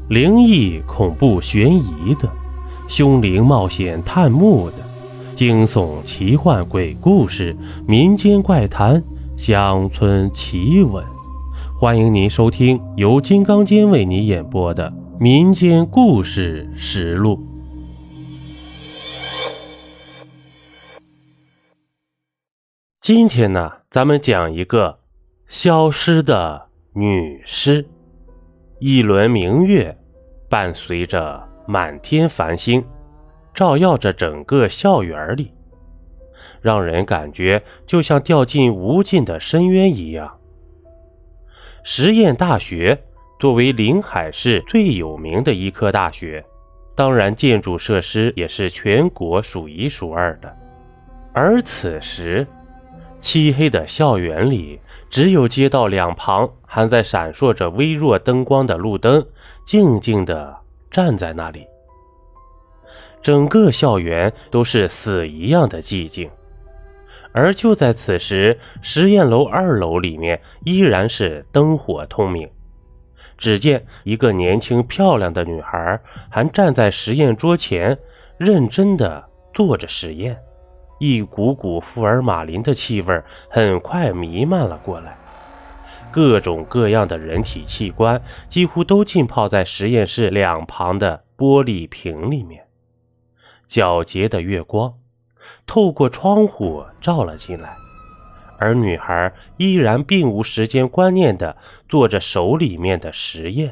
灵异、恐怖、悬疑的，凶灵冒险探墓的，惊悚、奇幻、鬼故事、民间怪谈、乡村奇闻。欢迎您收听由金刚间为你演播的民间故事实录。今天呢，咱们讲一个消失的女尸。一轮明月伴随着满天繁星，照耀着整个校园里，让人感觉就像掉进无尽的深渊一样。实验大学作为临海市最有名的医科大学，当然建筑设施也是全国数一数二的。而此时漆黑的校园里，只有街道两旁还在闪烁着微弱灯光的路灯静静地站在那里。整个校园都是死一样的寂静。而就在此时，实验楼2楼里面依然是灯火通明。只见一个年轻漂亮的女孩还站在实验桌前，认真地做着实验。一股股福尔马林的气味很快弥漫了过来，各种各样的人体器官几乎都浸泡在实验室两旁的玻璃瓶里面。皎洁的月光透过窗户照了进来，而女孩依然并无时间观念地做着手里面的实验。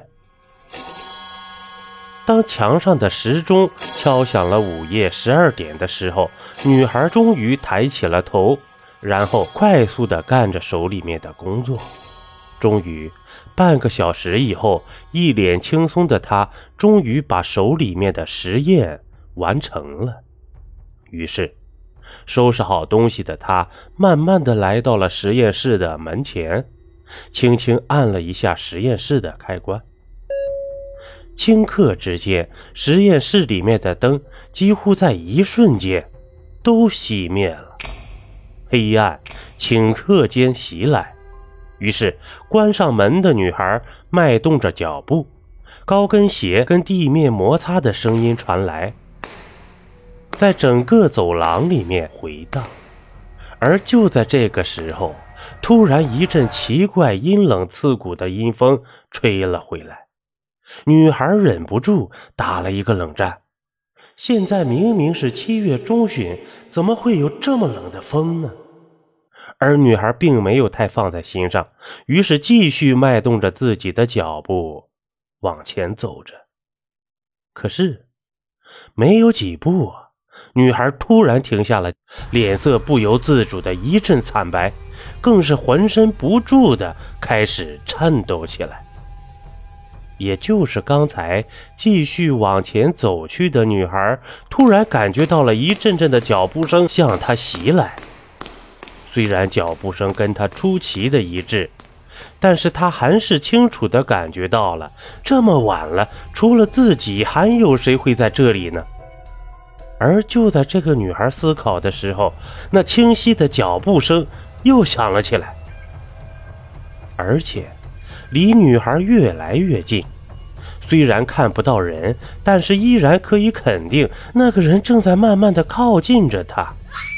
当墙上的时钟敲响了午夜12点的时候，女孩终于抬起了头，然后快速地干着手里面的工作。终于半个小时以后，一脸轻松的她终于把手里面的实验完成了。于是收拾好东西的她慢慢地来到了实验室的门前，轻轻按了一下实验室的开关。顷刻之间，实验室里面的灯几乎在一瞬间都熄灭了，黑暗顷刻间袭来。于是关上门的女孩迈动着脚步，高跟鞋跟地面摩擦的声音传来，在整个走廊里面回荡。而就在这个时候，突然一阵奇怪阴冷刺骨的阴风吹了回来，女孩忍不住打了一个冷战。现在明明是7月中旬，怎么会有这么冷的风呢？而女孩并没有太放在心上，于是继续迈动着自己的脚步往前走着。可是没有几步啊，女孩突然停下了，脸色不由自主的一阵惨白，更是浑身不住的开始颤抖起来。也就是刚才继续往前走去的女孩，突然感觉到了一阵阵的脚步声向她袭来。虽然脚步声跟她出奇的一致，但是她还是清楚地感觉到了，这么晚了，除了自己还有谁会在这里呢？而就在这个女孩思考的时候，那清晰的脚步声又响了起来，而且离女孩越来越近。虽然看不到人，但是依然可以肯定那个人正在慢慢地靠近着她。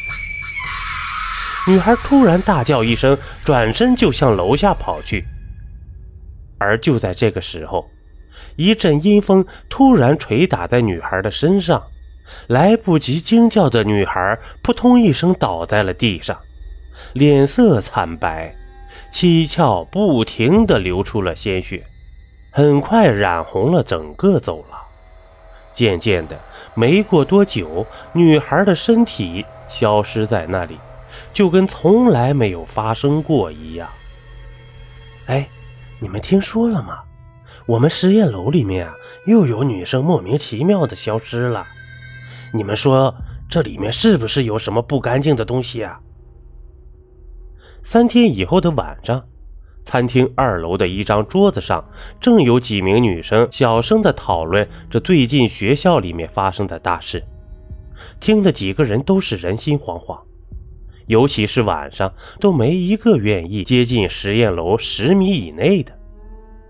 女孩突然大叫一声，转身就向楼下跑去。而就在这个时候，一阵阴风突然捶打在女孩的身上，来不及惊叫的女孩扑通一声倒在了地上，脸色惨白，七窍不停地流出了鲜血，很快染红了整个走廊。渐渐的，没过多久，女孩的身体消失在那里，就跟从来没有发生过一样。哎，你们听说了吗？我们实验楼里面又有女生莫名其妙的消失了。你们说这里面是不是有什么不干净的东西啊？3天以后的晚上，餐厅2楼的一张桌子上，正有几名女生小声地讨论这最近学校里面发生的大事，听的几个人都是人心惶惶，尤其是晚上，都没一个愿意接近实验楼10米以内的。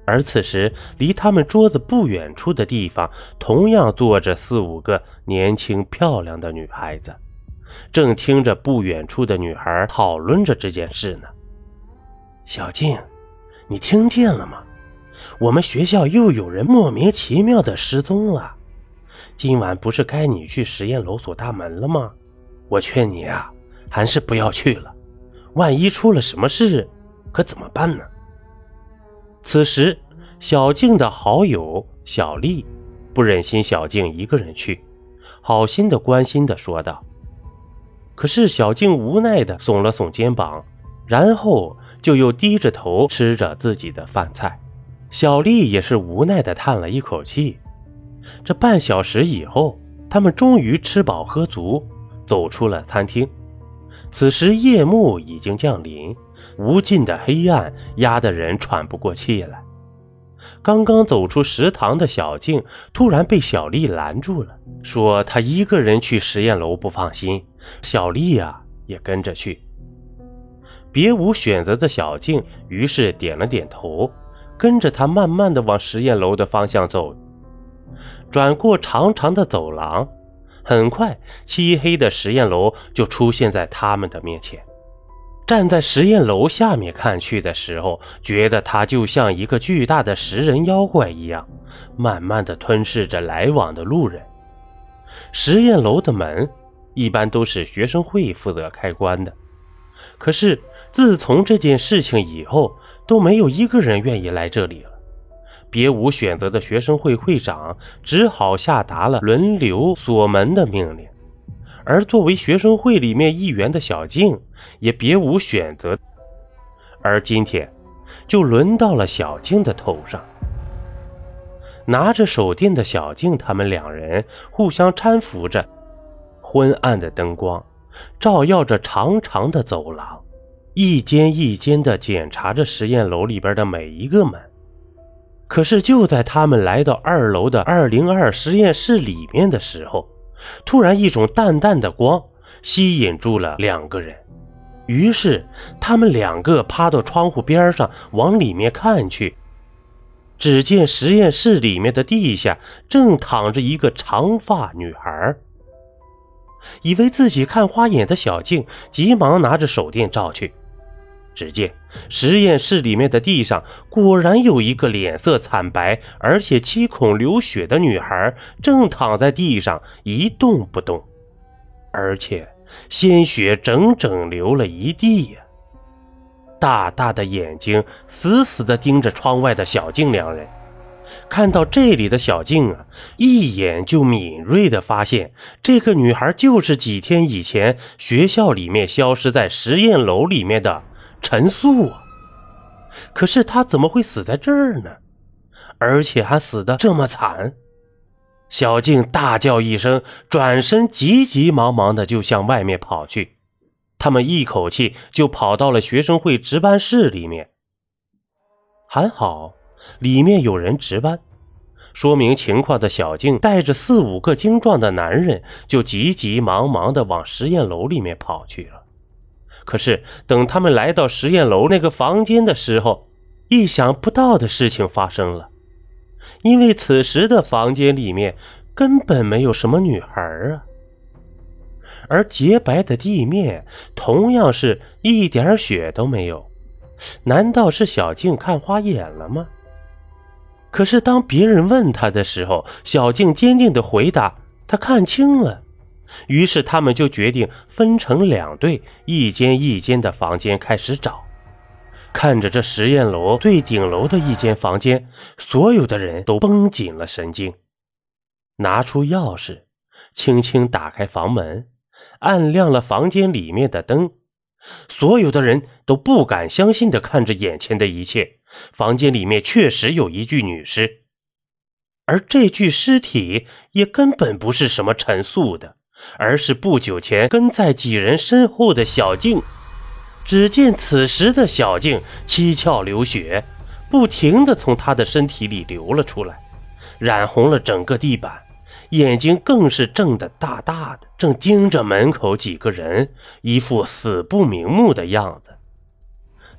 而此时离他们桌子不远处的地方，同样坐着4、5个年轻漂亮的女孩子，正听着不远处的女孩讨论着这件事呢。小静，你听见了吗？我们学校又有人莫名其妙的失踪了。今晚不是该你去实验楼锁大门了吗？我劝你啊，还是不要去了，万一出了什么事，可怎么办呢？此时，小静的好友小丽不忍心小静一个人去，好心的关心的说道。可是小静无奈的耸了耸肩膀，然后就又低着头吃着自己的饭菜。小丽也是无奈的叹了一口气。这半小时以后，他们终于吃饱喝足，走出了餐厅。此时夜幕已经降临，无尽的黑暗压得人喘不过气来。刚刚走出食堂的小静突然被小丽拦住了，说她一个人去实验楼不放心，小丽啊也跟着去。别无选择的小静于是点了点头，跟着她慢慢地往实验楼的方向走。转过长长的走廊，很快漆黑的实验楼就出现在他们的面前。站在实验楼下面看去的时候，觉得它就像一个巨大的食人妖怪一样，慢慢地吞噬着来往的路人。实验楼的门一般都是学生会负责开关的，可是自从这件事情以后，都没有一个人愿意来这里了。别无选择的学生会会长只好下达了轮流锁门的命令，而作为学生会里面一员的小静也别无选择，而今天就轮到了小静的头上。拿着手电的小静他们两人互相搀扶着，昏暗的灯光照耀着长长的走廊，一间一间地检查着实验楼里边的每一个门。可是就在他们来到2楼的202实验室里面的时候，突然一种淡淡的光吸引住了两个人，于是他们两个趴到窗户边上往里面看去，只见实验室里面的地下正躺着一个长发女孩。以为自己看花眼的小静急忙拿着手电照去，只见实验室里面的地上果然有一个脸色惨白而且七孔流血的女孩正躺在地上一动不动，而且鲜血整整流了一地呀。大大的眼睛死死地盯着窗外的小静两人。看到这里的小静啊，一眼就敏锐地发现这个女孩就是几天以前学校里面消失在实验楼里面的陈素啊。可是她怎么会死在这儿呢？而且还死得这么惨。小静大叫一声，转身急急忙忙的就向外面跑去。他们一口气就跑到了学生会值班室里面。还好里面有人值班，说明情况的小静带着4、5个精壮的男人就急急忙忙地往实验楼里面跑去了。可是等他们来到实验楼那个房间的时候，意想不到的事情发生了。因为此时的房间里面根本没有什么女孩啊，而洁白的地面同样是一点血都没有。难道是小静看花眼了吗？可是当别人问他的时候，小静坚定地回答他看清了。于是他们就决定分成2队，一间一间的房间开始找。看着这实验楼最顶楼的一间房间，所有的人都绷紧了神经。拿出钥匙，轻轻打开房门，按亮了房间里面的灯。所有的人都不敢相信地看着眼前的一切，房间里面确实有一具女尸，而这具尸体也根本不是什么陈素的，而是不久前跟在几人身后的小静。只见此时的小静七窍流血，不停地从她的身体里流了出来，染红了整个地板，眼睛更是睁得大大的，正盯着门口几个人，一副死不瞑目的样子。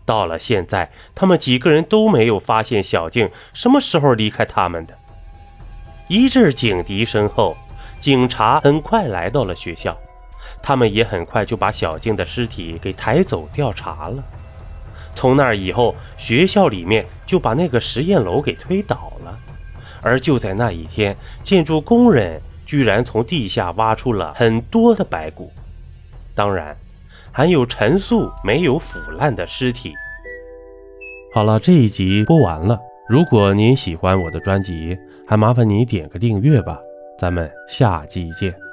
到了现在，他们几个人都没有发现小静什么时候离开他们的。一阵警笛声后，警察很快来到了学校，他们也很快就把小静的尸体给抬走调查了。从那以后，学校里面就把那个实验楼给推倒了。而就在那一天，建筑工人居然从地下挖出了很多的白骨，当然还有陈素没有腐烂的尸体。好了，这一集播完了。如果您喜欢我的专辑，还麻烦你点个订阅吧。咱们下集见。